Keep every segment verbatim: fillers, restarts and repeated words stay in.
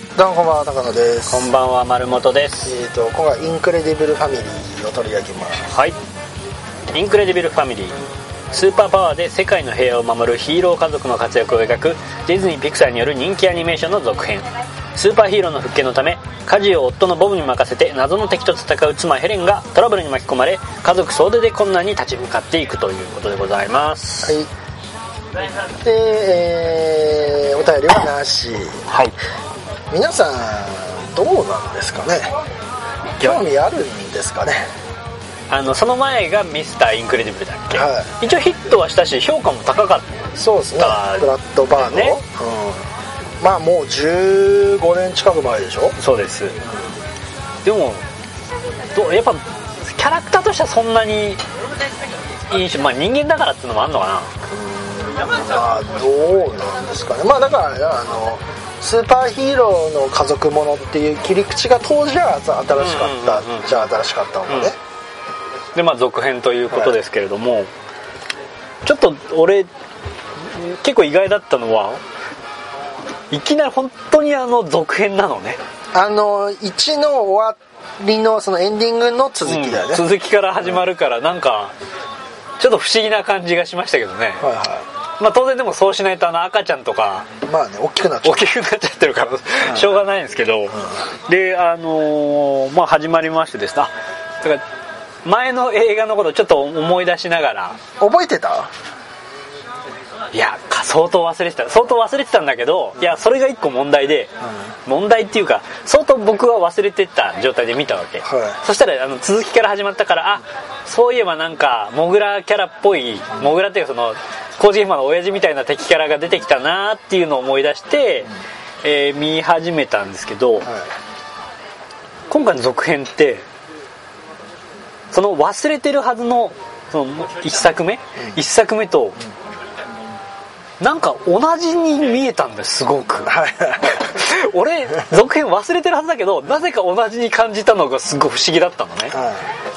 どうもこんばんは、高野です。 こんばんは、丸本です。 えーと今回インクレディブルファミリーを取り上げます。 はい、インクレディブルファミリー、スーパーパワーで世界の平和を守るヒーロー家族の活躍を描くディズニー・ピクサーによる人気アニメーションの続編。スーパーヒーローの復権のため家事を夫のボブに任せて謎の敵と戦う妻ヘレンがトラブルに巻き込まれ、家族総出で困難に立ち向かっていくということでございます。 はい。で、えー、お便りはなし。 はい。 皆さんどうなんですかね。興味あるんですかね。 あのその前がミスターインクレディブルだっけ、 はい、 一応ヒットはしたし評価も高かった。 そうですね、ブラッドバード、ね、うん、まあもうじゅうごねん近く前でしょ。 そうです、うん、でもどやっぱキャラクターとしてはそんなに印象、まあ人間だからっていうのもあるのかな。 うん、まあどうなんですかね。まあだからあのスーパーヒーローの家族ものっていう切り口が当時は新しかった、うんうんうん、じゃあ新しかったのがね、 うん、でまあ続編ということですけれども、はい、ちょっと俺結構意外だったのはいきなり本当にあの続編なのね。 あのいちの終わりのそのエンディングの続きだよね、 うん、続きから始まるからなんかちょっと不思議な感じがしましたけどね、 はいはい。 まあ、当然でもそうしないとあの赤ちゃんとかまあね、大きくなっちゃう大きくなっちゃってるからしょうがないんですけど、うん、であのー、まあ始まりましてですね、だから前の映画のことをちょっと思い出しながら。 覚えてた？ いや相当忘れてた相当忘れてたんだけど、いやそれが一個問題で、うん、問題っていうか相当僕は忘れてた状態で見たわけ、はい、そしたらあの続きから始まったから、あそういえばなんかモグラキャラっぽい、モグラっていうかその工事現場の親父みたいな敵キャラが出てきたなっていうのを思い出して、うん、えー、見始めたんですけど、はい、今回の続編ってその忘れてるはずのそのいっさくめ、うん、いっさくめと、うん、なんか同じに見えたんですすごく俺続編忘れてるはずだけどなぜか同じに感じたのがすごい不思議だったのね、はい、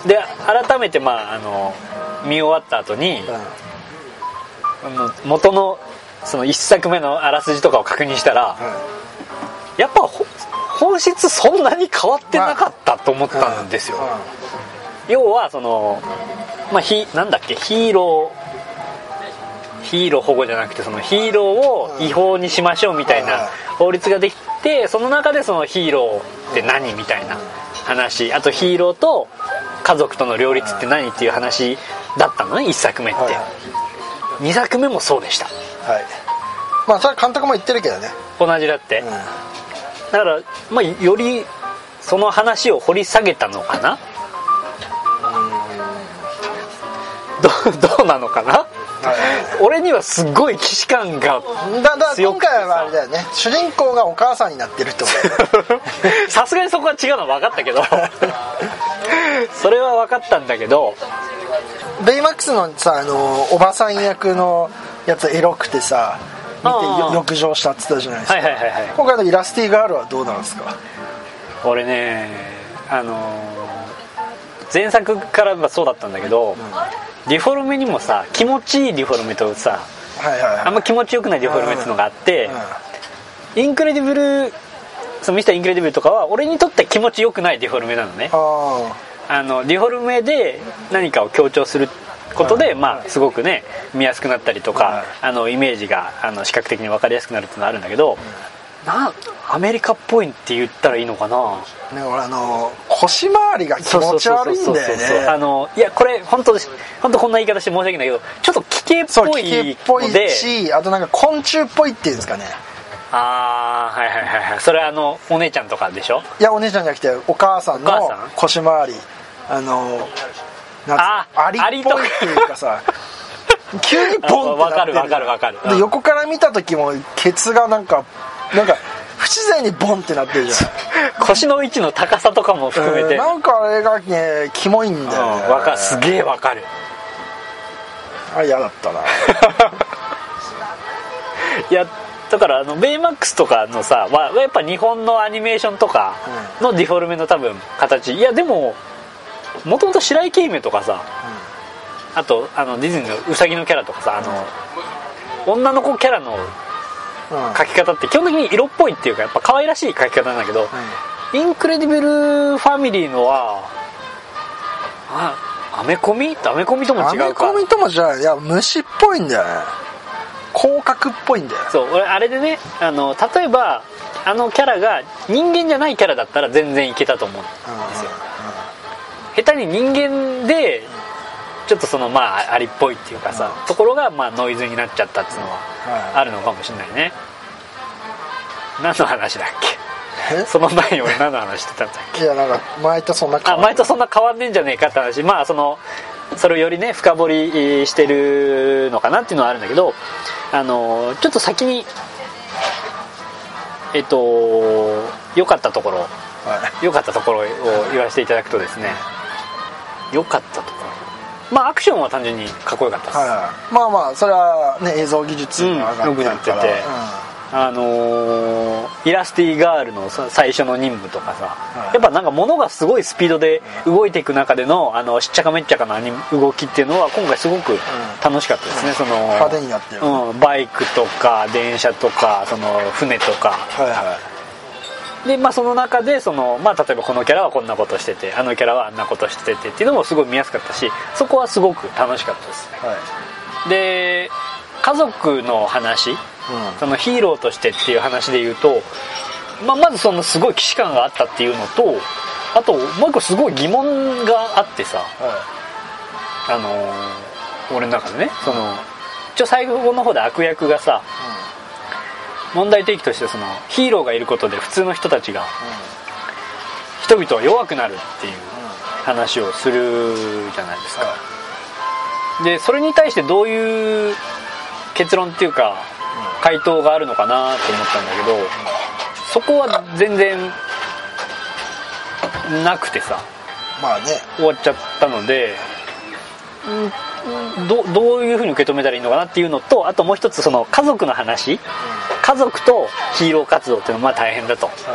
で改めて、まあ、あの見終わった後に、はい、あの元のそのいっさくめのあらすじとかを確認したら、はい、やっぱ本質そんなに変わってなかったと思ったんですよ、はいはい、要はその、まあ、ひなんだっけヒーローヒーロー保護じゃなくてそのヒーローを違法にしましょうみたいな法律ができて、その中でそのヒーローって何みたいな話、あとヒーローと家族との両立って何っていう話だったのねいっさくめって、にさくめもそうでした。 はい、まあそれは監督も言ってるけどね同じだって、うん、だから、まあ、よりその話を掘り下げたのかな、うん、ど, どうなのかな俺にはすごい既視感が強くてさ、 今回はあれだよね、主人公がお母さんになってるってことさすがにそこは違うのは分かったけどそれは分かったんだけど、 ベイマックスのさあのおばさん役のやつエロくてさ見て浴場したって言ったじゃないですか、はいはいはいはい、今回のイラスティガールはどうなんですか？ 俺ねあの前作からはそうだったんだけど、うん、ディフォルメにもさ気持ちいいディフォルメとさ、はいはいはい、あんま気持ちよくないディフォルメっていうのがあって、うんうん、インクレディブルそのミスターインクレディブルとかは俺にとって気持ちよくないディフォルメなのね。ああのディフォルメで何かを強調することで、まあ、すごくね見やすくなったりとか、あのイメージがあの視覚的に分かりやすくなるっていうのがあるんだけど、なアメリカっぽいって言ったらいいのかな、 ね、俺あの腰回りが気持ち悪いんだよね。 あのいやこれ本当本当こんな言い方して申し訳ないけどちょっと奇形っぽいので、奇形っぽいし、あとなんか昆虫っぽいっていうんですかね。 ああはいはいはいはい。それあのお姉ちゃんとかでしょ？ いやお姉ちゃんじゃなくてお母さんの腰回り、あのあアリっぽいっていうかさ急にボンってなってる。 わかるわかるわかる。 で横から見た時もケツがなんかなんか不自然にボンってなってるじゃん腰の位置の高さとかも含めて、 えー、なんかあれがねキモいんだよね、 うん、わかすげえわかる。 あれ嫌だったな。 いやだからあのベイマックスとかのさはやっぱ日本のアニメーションとかのディフォルメの多分形、いやでももともと白雪姫とかさ、あとあのディズニーのウサギのキャラとかさ、あの女の子キャラの描き方って基本的に色っぽいっていうかやっぱ可愛らしい描き方なんだけど、うん、インクレディブルファミリーのはあアメコミアメコミとも違うか。アメコミともじゃいや虫っぽいんだよね。広角っぽいんだよ。 そう俺あれでねあの例えばあのキャラが人間じゃないキャラだったら全然いけたと思うんですよ、うんうん、下手に人間でちょっとそのまあアリっぽいっていうかさ、うん、ところがまあノイズになっちゃったっていうのはあるのかもしれないね。何の話だっけその前に俺何の話してたんだっけ。 いやなんか前とそんな変わんあ前とそんな変わんねえんじゃねえかって話。まあそのそれをよりね深掘りしてるのかなっていうのはあるんだけど、あのちょっと先にえっと良かったところ良、はい、かったところを言わせていただくとですね、良かったところまあアクションは単純にかっこよかったです、はいはい、 まあまあそれはね映像技術が上がってるから、うん、よくなってて、 うん、あのー、イラスティガールの最初の任務とかさ、はい、やっぱなんか物がすごいスピードで動いていく中でのあのしっちゃかめっちゃかな動きっていうのは今回すごく楽しかったですね、うん、その派手になってる、 うん、バイクとか電車とかその船とか、はいはい、でまあその中でその、まあ、例えばこのキャラはこんなことしててあのキャラはあんなことしててっていうのもすごい見やすかったしそこはすごく楽しかったですね、はい、で家族の話、うん、そのヒーローとしてっていう話で言うと、まあ、まずそのすごい既視感があったっていうのとあともう一個すごい疑問があってさ、はい、あのー、俺の中でねその一応最後の方で悪役がさ、うん、問題提起としてそのヒーローがいることで普通の人たちが、うん、人々は弱くなるっていう話をするじゃないですか、はい、でそれに対してどういう結論っていうか回答があるのかなと思ったんだけど、そこは全然なくてさ、 まあね、 終わっちゃったので、ど, どういう風に受け止めたらいいのかなっていうのと、あともう一つその家族の話、家族とヒーロー活動っていうのはまあ大変だと、はい、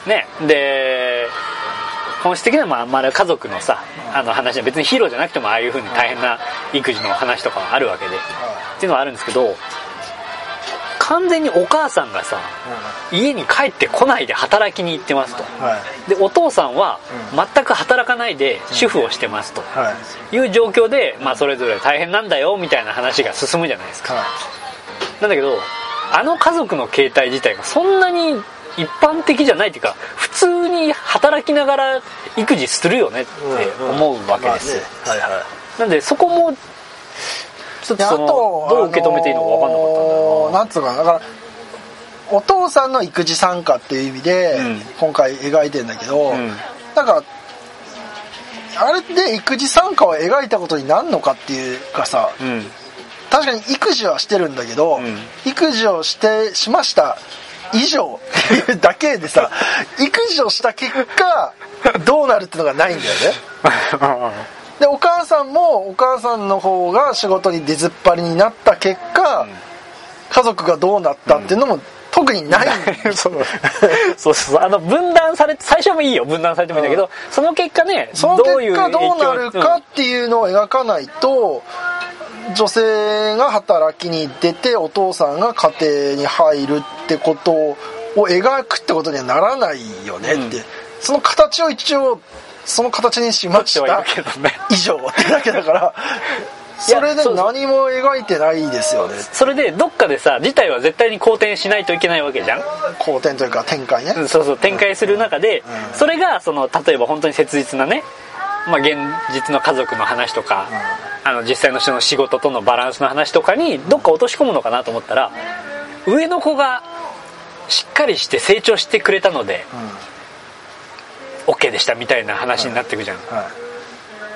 ね、で本質的にはまあまだ家族のさあの話は別にヒーローじゃなくてもああいう風に大変な育児の話とかはあるわけで、はい、っていうのはあるんですけど、完全にお母さんがさ、うん、家に帰ってこないで働きに行ってますと、はい、でお父さんは全く働かないで主婦をしてますという状況で、まあ、それぞれ大変なんだよみたいな話が進むじゃないですか、はい、なんだけどあの家族の形態自体がそんなに一般的じゃないっていうか、普通に働きながら育児するよねって思うわけです、うんうん、まあね、はいはい、なんでそこもちょっとそのどう受け止めていいのか分かんなかったんだよな。 なんつうかな、だからお父さんの育児参加っていう意味で今回描いてんだけど、うん、なんかあれで育児参加を描いたことになるのかっていうかさ、うん、確かに育児はしてるんだけど、うん、育児をしてしました以上っていうだけでさ育児をした結果どうなるっていうのがないんだよねでお母さんもお母さんの方が仕事に出ずっぱりになった結果、うん、家族がどうなったっていうのも特にない、 うん、そうそうそう、あの分断されて最初もいいよ、分断されてもいいんだけど、うん、その結果ね、 その結果どうなるかっていうのを描かないと、うん、女性が働きに出てお父さんが家庭に入るってことを描くってことにはならないよねって、うん、その形を一応その形にしました以上ってだけだからそれで何も描いてないですよね。 それでどっかでさ事態は絶対に好転しないといけないわけじゃん。 好転というか展開ね、 うん、そうそう展開する中で、うん、それがその例えば本当に切実なね、まあ、現実の家族の話とか、うん、あの実際の人の仕事とのバランスの話とかにどっか落とし込むのかなと思ったら、上の子がしっかりして成長してくれたので、うん、OK でしたみたいな話になっていくじゃん、はいはい、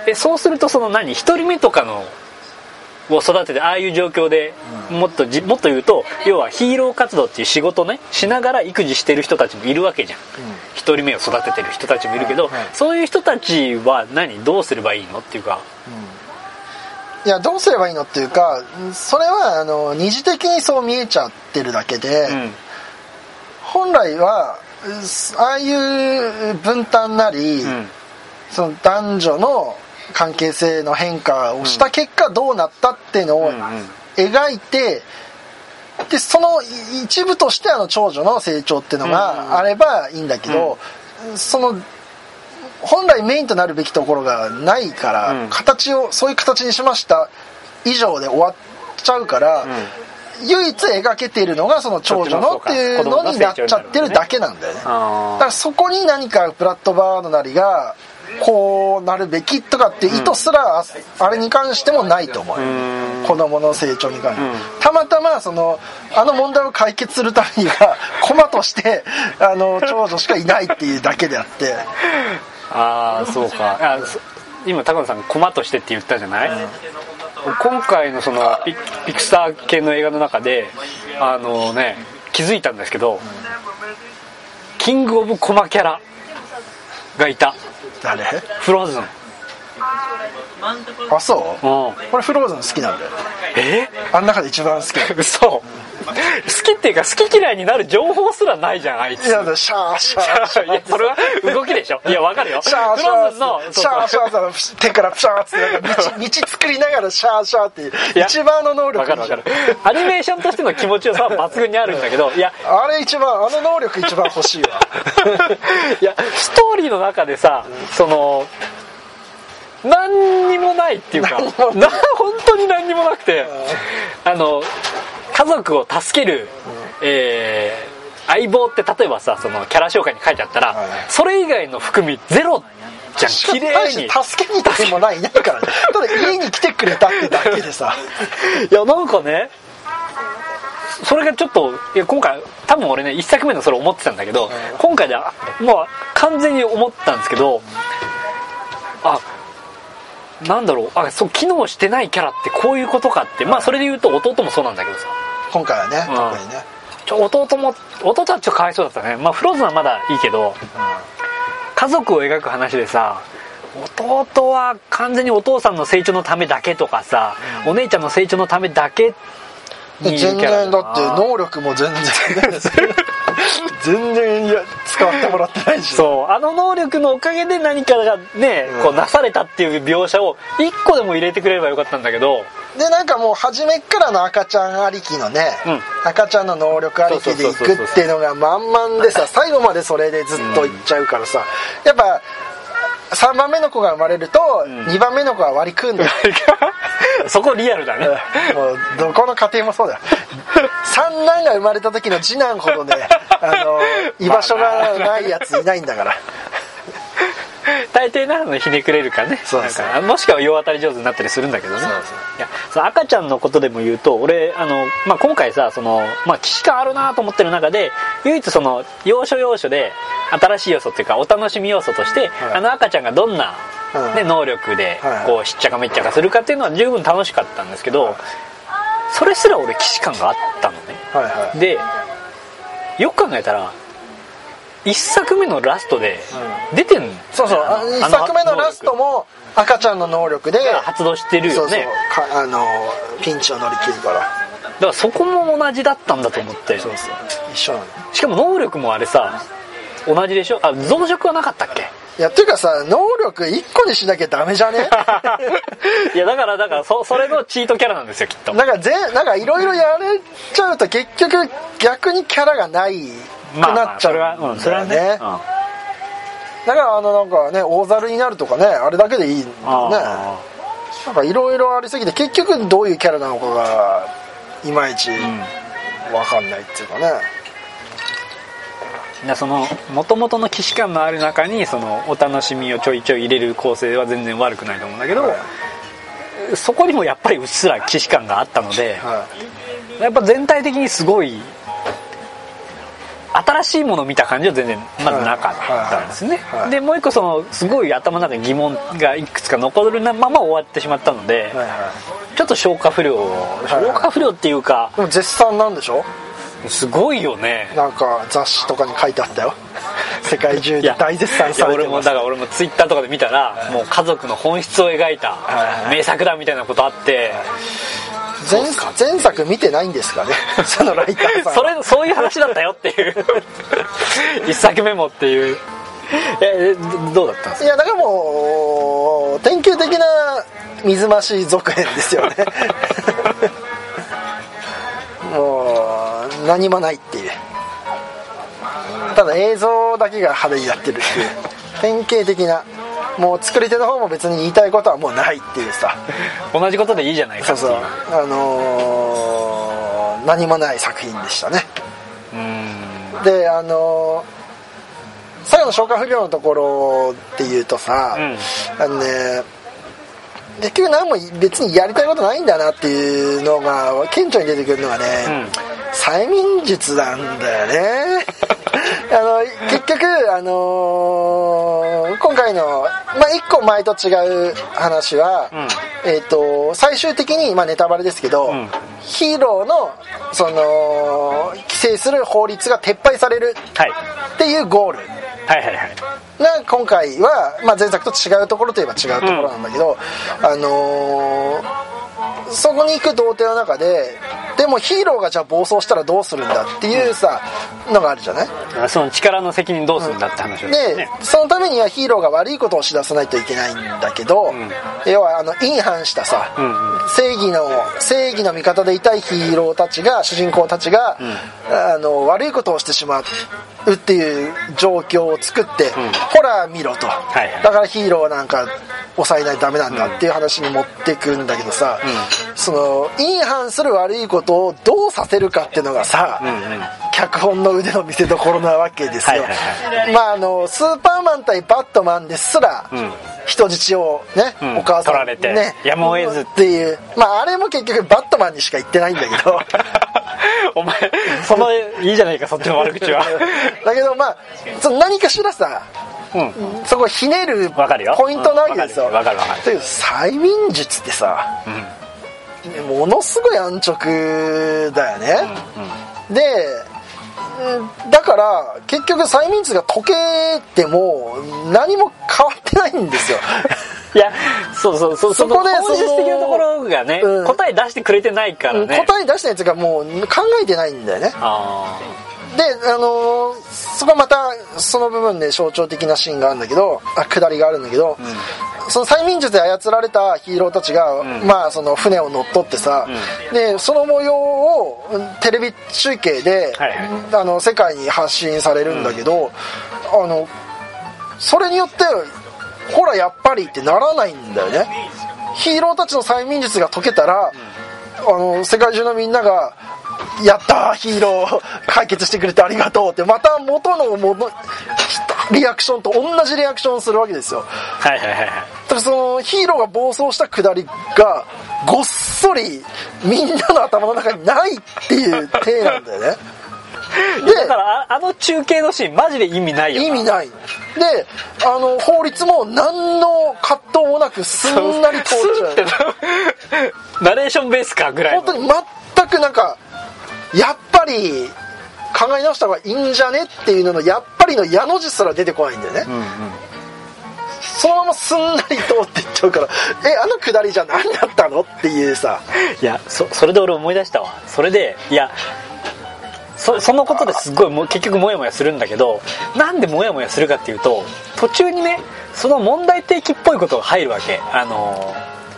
でそうするとその何一人目とかのを育ててああいう状況で、うん、もっとじもっと言うと要はヒーロー活動っていう仕事ねしながら育児してる人たちもいるわけじゃん、うん、一人目を育ててる人たちもいるけど、はいはい、そういう人たちは何どうすればいいのっていうか、 うん、いやどうすればいいのっていうか、それはあの二次的にそう見えちゃってるだけで、うん、本来はああいう分担なり、うん、その男女の関係性の変化をした結果どうなったっていうのを描いてでその一部としてあの長女の成長っていうのがあればいいんだけど、うん、その本来メインとなるべきところがないから、うん、形をそういう形にしました以上で終わっちゃうから、うん、唯一描けているのがその長女のっていうのになっちゃってるだけなんだよね。だからそこに何かブラッドバードなりがこうなるべきとかっていう意図すらあれに関してもないと思うよ、うん、子供の成長に関して、うん、たまたまそのあの問題を解決するためには駒としてあの長女しかいないっていうだけであってああそうかあ今高野さん駒としてって言ったじゃない、うん、今回のその ピ, ピクサー系の映画の中であのね気づいたんですけど、うん、キングオブコマキャラがいた。 誰？ フローズン。 あ、そう？ うん。 これフローズン好きなんだよ。 え？ あん中で一番好き。 嘘。好きっていうか好き嫌いになる情報すらないじゃんあいつ。 いやシャーシャーシャー。 いやそれは動きでしょ。いやわかるよ。 シャーシャーのシャーシャー手からプシャーってなんか道道作りながらシャーシャーっていう一番の能力。 わかるわかる。アニメーションとしての気持ちよさは抜群にあるんだけど、いやあれ一番あの能力一番欲しいわ。 いやストーリーの中でさ、その何にもないっていうか、な本当に何にもなくて、あの家族を助ける、うんえー、相棒って例えばさそのキャラ紹介に書いてあったら、はい、それ以外の含みゼロじゃん。綺麗に助けに行ってもないないからね。ただ家に来てくれたってだけでさいやなんかねそれがちょっといや今回多分俺ねいっさくめのそれ思ってたんだけど、うん、今回ではもう完全に思ったんですけどあなんだろうあそう機能してないキャラってこういうことかって、まあそれで言うと弟もそうなんだけどさ今回はね、うん、特にねちょ弟も弟はちょっとかわいそうだったね。まあフローズンはまだいいけど、うん、家族を描く話でさ弟は完全にお父さんの成長のためだけとかさ、うん、お姉ちゃんの成長のためだけに全然だって能力も全然全然いや使ってもらってないしそうあの能力のおかげで何かがね、うん、こうなされたっていう描写を一個でも入れてくれればよかったんだけどでなんかもう初めっからの赤ちゃんありきのね、うん、赤ちゃんの能力ありきでいくっていうのが満々でさ最後までそれでずっといっちゃうからさ、うん、やっぱさんばんめの子が生まれると、うん、にばんめの子は割り組んでそこリアルだねもうどこの家庭もそうだよ三男が生まれた時の次男ほどねあの居場所がないやついないんだから大抵なのひねくれるかねそうそうなんかもしくは世渡り上手になったりするんだけどね。そうそういやその赤ちゃんのことでも言うと俺あの、まあ、今回さその、まあ、既視感あるなと思ってる中で唯一その要所要所で新しい要素っていうかお楽しみ要素として、はい、あの赤ちゃんがどんな、ね、能力でこうしっちゃかめっちゃかするかっていうのは十分楽しかったんですけど、はい、それすら俺既視感があったのね、はいはい、でよく考えたらいっさくめのラストで出てんの、うん、 そうそういっさくめのラストも赤ちゃんの能力で発動してるよね。 そうそうかあのピンチを乗り切るからだからそこも同じだったんだと思って。 そうそう一緒なの。 しかも能力もあれさ同じでしょ。あ増殖はなかったっけ。 いやっていうかさ能力いっこにしなきゃダメじゃねいやだからだから そ, それのチートキャラなんですよきっと。 なんかぜなんかいろいろやれちゃうと結局逆にキャラがないくなっちゃうんだよね、まあまあ、それは、うん、それはね、うん、だからあのなんかね大猿になるとかねあれだけでいいんだよね。なんかいろいろありすぎて結局どういうキャラなのかがいまいち分かんないっていうかね、 うん、その元々の既視感のある中にそのお楽しみをちょいちょい入れる構成は全然悪くないと思うんだけど、はい、そこにもやっぱりうっすら既視感があったので、はい、やっぱ全体的にすごい新しいものを見た感じは全然まずなかったんですね、はいはいはい、でもう一個そのすごい頭の中に疑問がいくつか残るまま終わってしまったので、はいはい、ちょっと消化不良、はいはい、消化不良っていうかでも絶賛なんでしょ。 すごいよね。 なんか雑誌とかに書いてあったよ世界中で大絶賛されてます。 俺もだから俺もツイッターとかで見たら、はい、もう家族の本質を描いた名作だみたいなことあって、はいはい前, 前作見てないんですかねそのライターさんそれそういう話だったよっていう一作目もっていうえどうだったんですか。 いやだからもう典型的な水増し続編ですよねも何もないっていう、ただ映像だけが派手になってるっていう典型的な、もう作り手の方も別に言いたいことはもうないっていうさ同じことでいいじゃないかっていう。 そうそう、あのー、何もない作品でしたね。 うーんであのー最後の消化不良のところっていうとさ、うん、あのね結局何も別にやりたいことないんだなっていうのが顕著に出てくるのがね、うん、催眠術なんだよねあの結局、あのー、今回の、まあ、いっこ前と違う話は、うんえー、と最終的に、まあ、ネタバレですけど、うん、ヒーローの、その規制する法律が撤廃されるっていうゴール、 はいはいはい、 が今回は、まあ、前作と違うところといえば違うところなんだけど、うん、あのー、そこに行く童貞の中ででもヒーローがじゃあ暴走したらどうするんだっていうさ、うん、のがあるじゃない。 その力の責任どうするんだって話を、ね、 でそのためにはヒーローが悪いことをしださないといけないんだけど、うん、要はあのインハンしたさ、うんうん、正義の正義の味方でいたいヒーローたちが主人公たちが、うん、あの悪いことをしてしまうっていう状況を作って、うん、ほら見ろと、はいはい、だからヒーローなんか抑えないとダメなんだっていう話に持ってくんだけどさ、うん、そのインハンする悪いことをどうさせるかっていうのがさ、うんうん、脚本の腕の見せ所なわけですよ、はいはいはい、まああのスーパーマン対バットマンですら、うん、人質をね、うん、お母さん取られて、ね、 やむを得ずっていう、まああれも結局バットマンにしか言ってないんだけどお前そのいいじゃないかそっちの悪口はだけどまあその何かしらさ、うん、そこひねるポイントなわけですよ。 わかるわかる。 だけど催眠術ってさ、うん、ものすごい安直だよね、うんうん、でだから結局催眠術が解けても何も変わってないんですよいやそうそうそう、そこで本質的なところがね、うん、答え出してくれてないからね。 答え出したやつがもう考えてないんだよね。あで、あのー、そこはまたその部分で象徴的なシーンがあるんだけど、あ下りがあるんだけど、うん、その催眠術で操られたヒーローたちが、うん、まあその船を乗っ取ってさ、うん、でその模様をテレビ中継で、はいはい、あの世界に発信されるんだけど、うん、あのそれによってほらやっぱりってならないんだよね。ヒーローたちの催眠術が解けたら、うん、あの世界中のみんながやったーヒーロー解決してくれてありがとうってまた元のものリアクションと同じリアクションするわけですよ。 はいはいはいはい。 だからそのヒーローが暴走したくだりがごっそりみんなの頭の中にないっていう体なんだよねでだからあの中継のシーンマジで意味ないよな。 意味ないで、あの法律も何の葛藤もなくすんなり通っちゃうナレーションベースかぐらいの本当に全くなんかやっぱり考え直した方がいいんじゃねっていうののやっぱりの矢の字すら出てこないんだよね、うんうん、そのまますんなり通っていっちゃうからえあのくだりじゃ何だったのっていうさ。 いや そ, それで俺思い出したわ。それでいや そ, そのことですごいも結局モヤモヤするんだけど、なんでモヤモヤするかっていうと途中にねその問題提起っぽいことが入るわけ。あの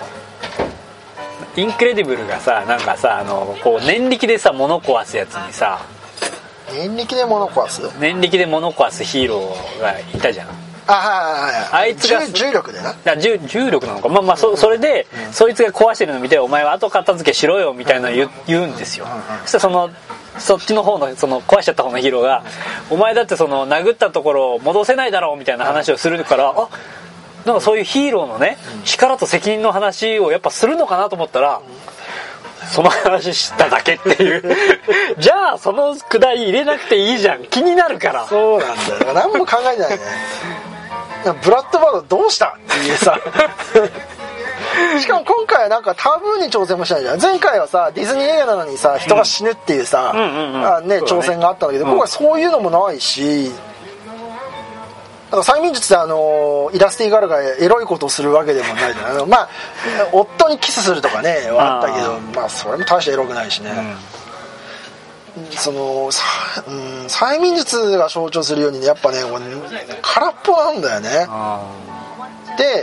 インクレディブルがさなんかさあのこう念力でさ物壊すやつにさ念力で物壊す念力で物壊すヒーローがいたじゃん。 あはいはいはい。 あいつが重力でな。 重, 重力なのかまあまあ そ, それで、うん、そいつが壊してるのを見てお前は後片付けしろよみたいなの言う、言うんですよ、うんうん、そしたらそのそっちの方のその壊しちゃった方のヒーローがお前だってその殴ったところを戻せないだろうみたいな話をするから、あなんかそういうヒーローのね力と責任の話をやっぱするのかなと思ったらその話しただけっていうじゃあそのくだり入れなくていいじゃん気になるから。 そうなんだよ何も考えてないねブラッドバードどうしたっていうさしかも今回はなんかタブーに挑戦もしないじゃん。前回はさディズニー映画なのにさ人が死ぬっていうさ、うんうんうんあね、挑戦があったんだけど、うん、今回そういうのもないし、催眠術であのイラスティガールがエロいことをするわけでもないじゃん。まあ夫にキスするとかねはあったけどまあそれも大してエロくないしね、うん、その、うん、催眠術が象徴するように、ね、やっぱね空っぽなんだよね。で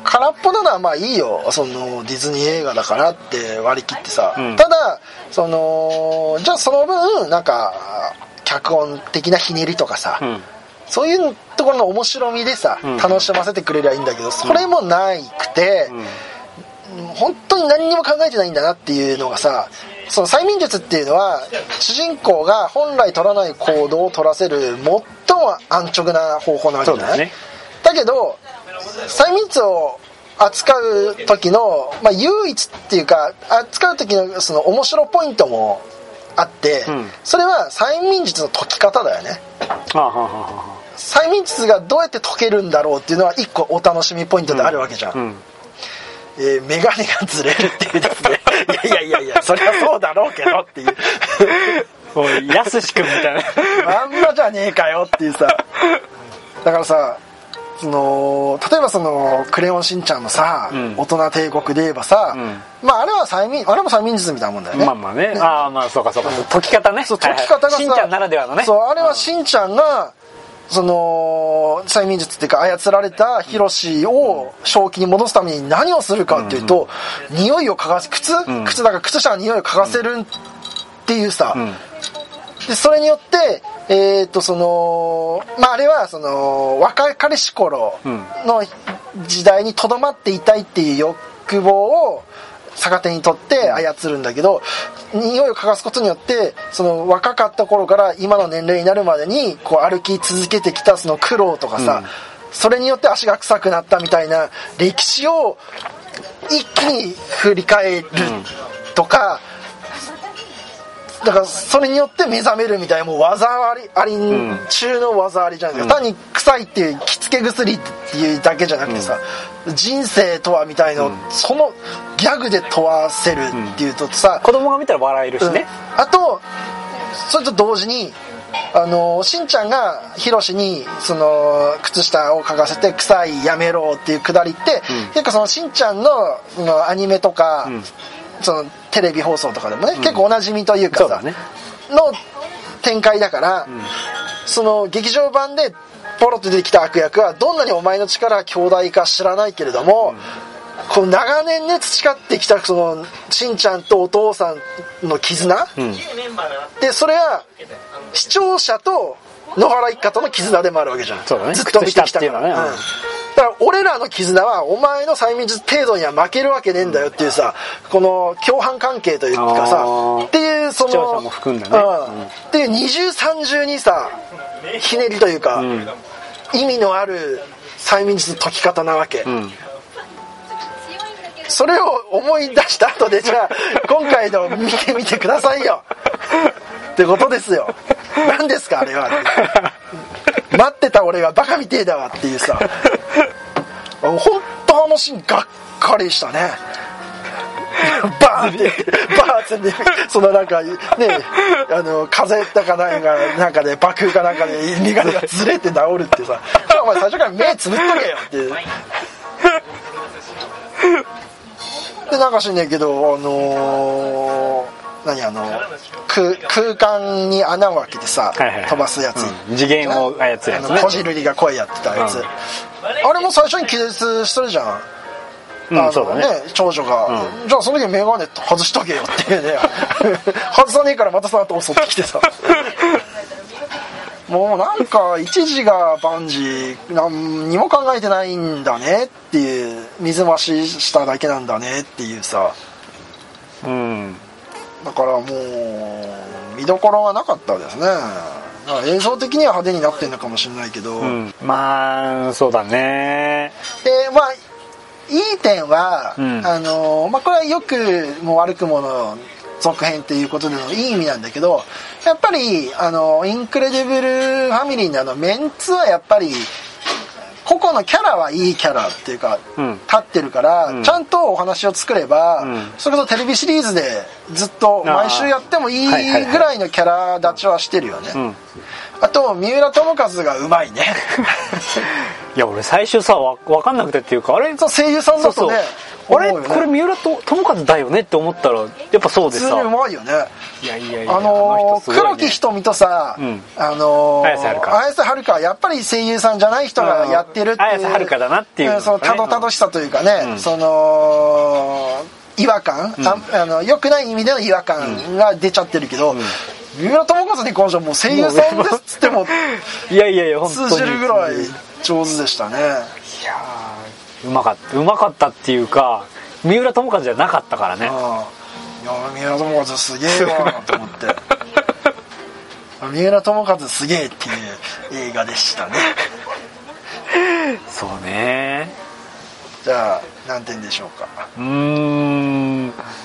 空っぽなのはまあいいよ、そのディズニー映画だからって割り切ってさ、うん、ただそのじゃあその分なんか脚本的なひねりとかさ、うん、そういうところの面白みでさ、うん、楽しませてくれりゃいいんだけど、それもないくて、うん、本当に何にも考えてないんだなっていうのがさ、その催眠術っていうのは主人公が本来取らない行動を取らせる最も安直な方法なわけじゃない、ね、だけど催眠術を扱う時の、まあ、唯一っていうか扱う時のその面白ポイントもあって、うん、それは催眠術の解き方だよね。はあはあはあ、催眠術がどうやって解けるんだろうっていうのは一個お楽しみポイントであるわけじゃん、うんうん、えー、メガネがずれるっていうですねいやいやいやいやそりゃそうだろうけどっていうもうやすし君みたいなあんまじゃねえかよっていうさ、だからさ、その例えばそのクレヨンしんちゃんのさ、うん、大人帝国で言えばさ、うん、まああれは催眠あれも催眠術みたいなもんだよね。 まあまあね、ね、ああまあそうかそうか、うん、解き方ね、 そう解き方がさ、 しんちゃんならではのね、 そうあれはしんちゃんがその催眠術っていうか操られたヒロシを正気に戻すために何をするかっていうと、うん、匂いを嗅がせ靴、うん、靴だから靴下の匂いを嗅がせるっていうさ、うん、でそれによってえー、とそのまああれはその若かりし頃の時代にとどまっていたいっていう欲望を逆手に取って操るんだけど、匂いを嗅がすことによってその若かった頃から今の年齢になるまでにこう歩き続けてきたその苦労とかさ、うん、それによって足が臭くなったみたいな歴史を一気に振り返るとか、だからそれによって目覚めるみたいな、もう技ありあり中の技ありじゃないですか、うん、単に臭いっていう着付け薬っていうだけじゃなくてさ、うん、人生とはみたいの、うん、そのギャグで問わせるっていうとさ、 うん、子供が見たら笑えるしね、 うん、あとそれと同時にあのしんちゃんがヒロシにその靴下を嗅がせて臭いやめろっていうくだりって、うん、結構そのしんちゃん の, そのアニメとか、うん、そのテレビ放送とかでもね、うん、結構おなじみというかさ、ね、の展開だから、うん、その劇場版でポロッと出てきた悪役はどんなにお前の力が強大か知らないけれども、うん、この長年ね培ってきたそのしんちゃんとお父さんの絆、うん、でそれは視聴者と野原一家との絆でもあるわけじゃん。 そうだね、 ずっと見てきたから、ね、うん、だから俺らの絆はお前の催眠術程度には負けるわけねえんだよっていうさ、この共犯関係というかさっていうその視聴者も含んだね、 うん、っていう二重三重にさひねりというか、うん、意味のある催眠術の解き方なわけ、うん、それを思い出した後でじゃあ今回の見てみてくださいよってことですよ。何ですかあれは待ってた俺がバカみてえだわっていうさ本当あのシーンがっかりしたねバーンってバーンってそのなんかねあの風だかなんかなんかで爆風かなんかで身がずれて治るってさお前最初から目つぶっとけよっていうでなんか知んねえけどあのー何あの 空, 空間に穴を開けてさ、はいはいはい、飛ばすやつ、 うん、次元を操るやつね、 こじるりが声やってたやつ、うん、あれも最初に気絶してるじゃん、 うん、あのそうだね、 長女が、うん、じゃあその時メガネ外しとけよっていうね外さねえからまたその後襲ってきてさもうなんか一時が万事何にも考えてないんだねっていう、水増ししただけなんだねっていうさ、うん、だからもう見どころがなかったですね。映像的には派手になってるのかもしれないけど、うん、 まあそうだね。 でまあいい点は、うん、あのまあこれはよくも悪くもの続編っていうことでのいい意味なんだけど、やっぱりあのインクレディブルファミリーのあのメンツはやっぱり個々のキャラはいいキャラっていうか、うん、立ってるから、うん、ちゃんとお話を作れば、うん、それこそテレビシリーズでずっと毎週やってもいいぐらいのキャラ立ちはしてるよね。 あと三浦友和がうまいねいや俺最初さわ分かんなくてっていうかあれそう声優さんだとね、 そうそうあれ、ね、これ三浦と友和だよねって思ったらやっぱそうでさ普通にうまいよね。 いやいやいやあのーね、黒木瞳とさ、 うん、 あのー、 綾瀬はるか綾瀬はるかやっぱり声優さんじゃない人がやってるっていう、 綾瀬はるかだなっていう、ね、 そのたどたどしさというかね、うん、その違和感、うん、ああの良くない意味での違和感が出ちゃってるけど、うん、三浦友和に関してはもう声優さんですっつってもいやいやいや通じるぐらい上手でしたね。いやうまかったうまかったっていうか三浦友和じゃなかったからね。 あいや三浦友和すげえわと思って三浦友和すげえっていう映画でしたねそうね。 じゃあ何点でしょうか。 うーん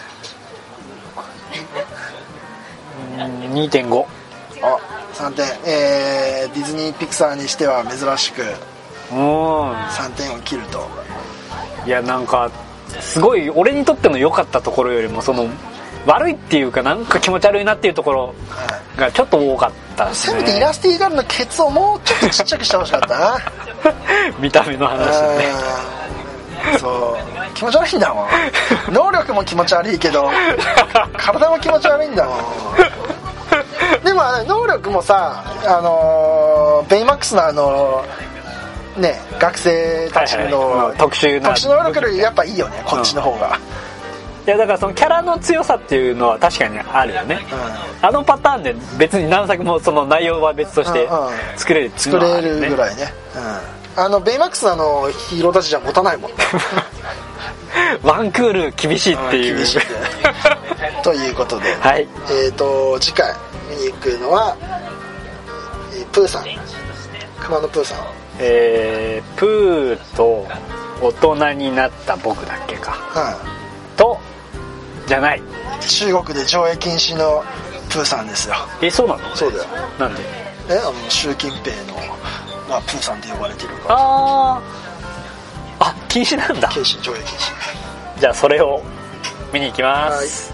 にてんごあさんてん、えー、ディズニーピクサーにしては珍しくさんてんを切ると。 いやなんかすごい俺にとっての良かったところよりもその悪いっていうかなんか気持ち悪いなっていうところがちょっと多かったですね。 せめてイラスティガールのケツをもうちょっとちっちゃくしてほしかったな見た目の話だね。 そう気持ち悪いんだもん能力も気持ち悪いけど体も気持ち悪いんだもんでも能力もさあのベイマックスのあのね学生たちの、はいはい、特殊な特殊能力よりやっぱいいよねこっちの方が、 うん、いやだからそのキャラの強さっていうのは確かにあるよね、うん、あのパターンで別に何作もその内容は別として作れるっていうのはあるよね、 作れるぐらいね、うん、あのベイマックスのあのヒーローたちじゃ持たないもんワンクール厳しいっていう、うん、厳しいということで、 はい、 えーと次回見に行くのは、えー、プーさん熊野プーさん、 えー、プーと大人になった僕だっけか、うん、とじゃない中国で上映禁止のプーさんですよ。 えそうなの。 そうだよ。 なんでえあの習近平のがプーさんって呼ばれてるから。 ああ禁止なんだ。 禁止上映禁止。 じゃあそれを見に行きます。はい。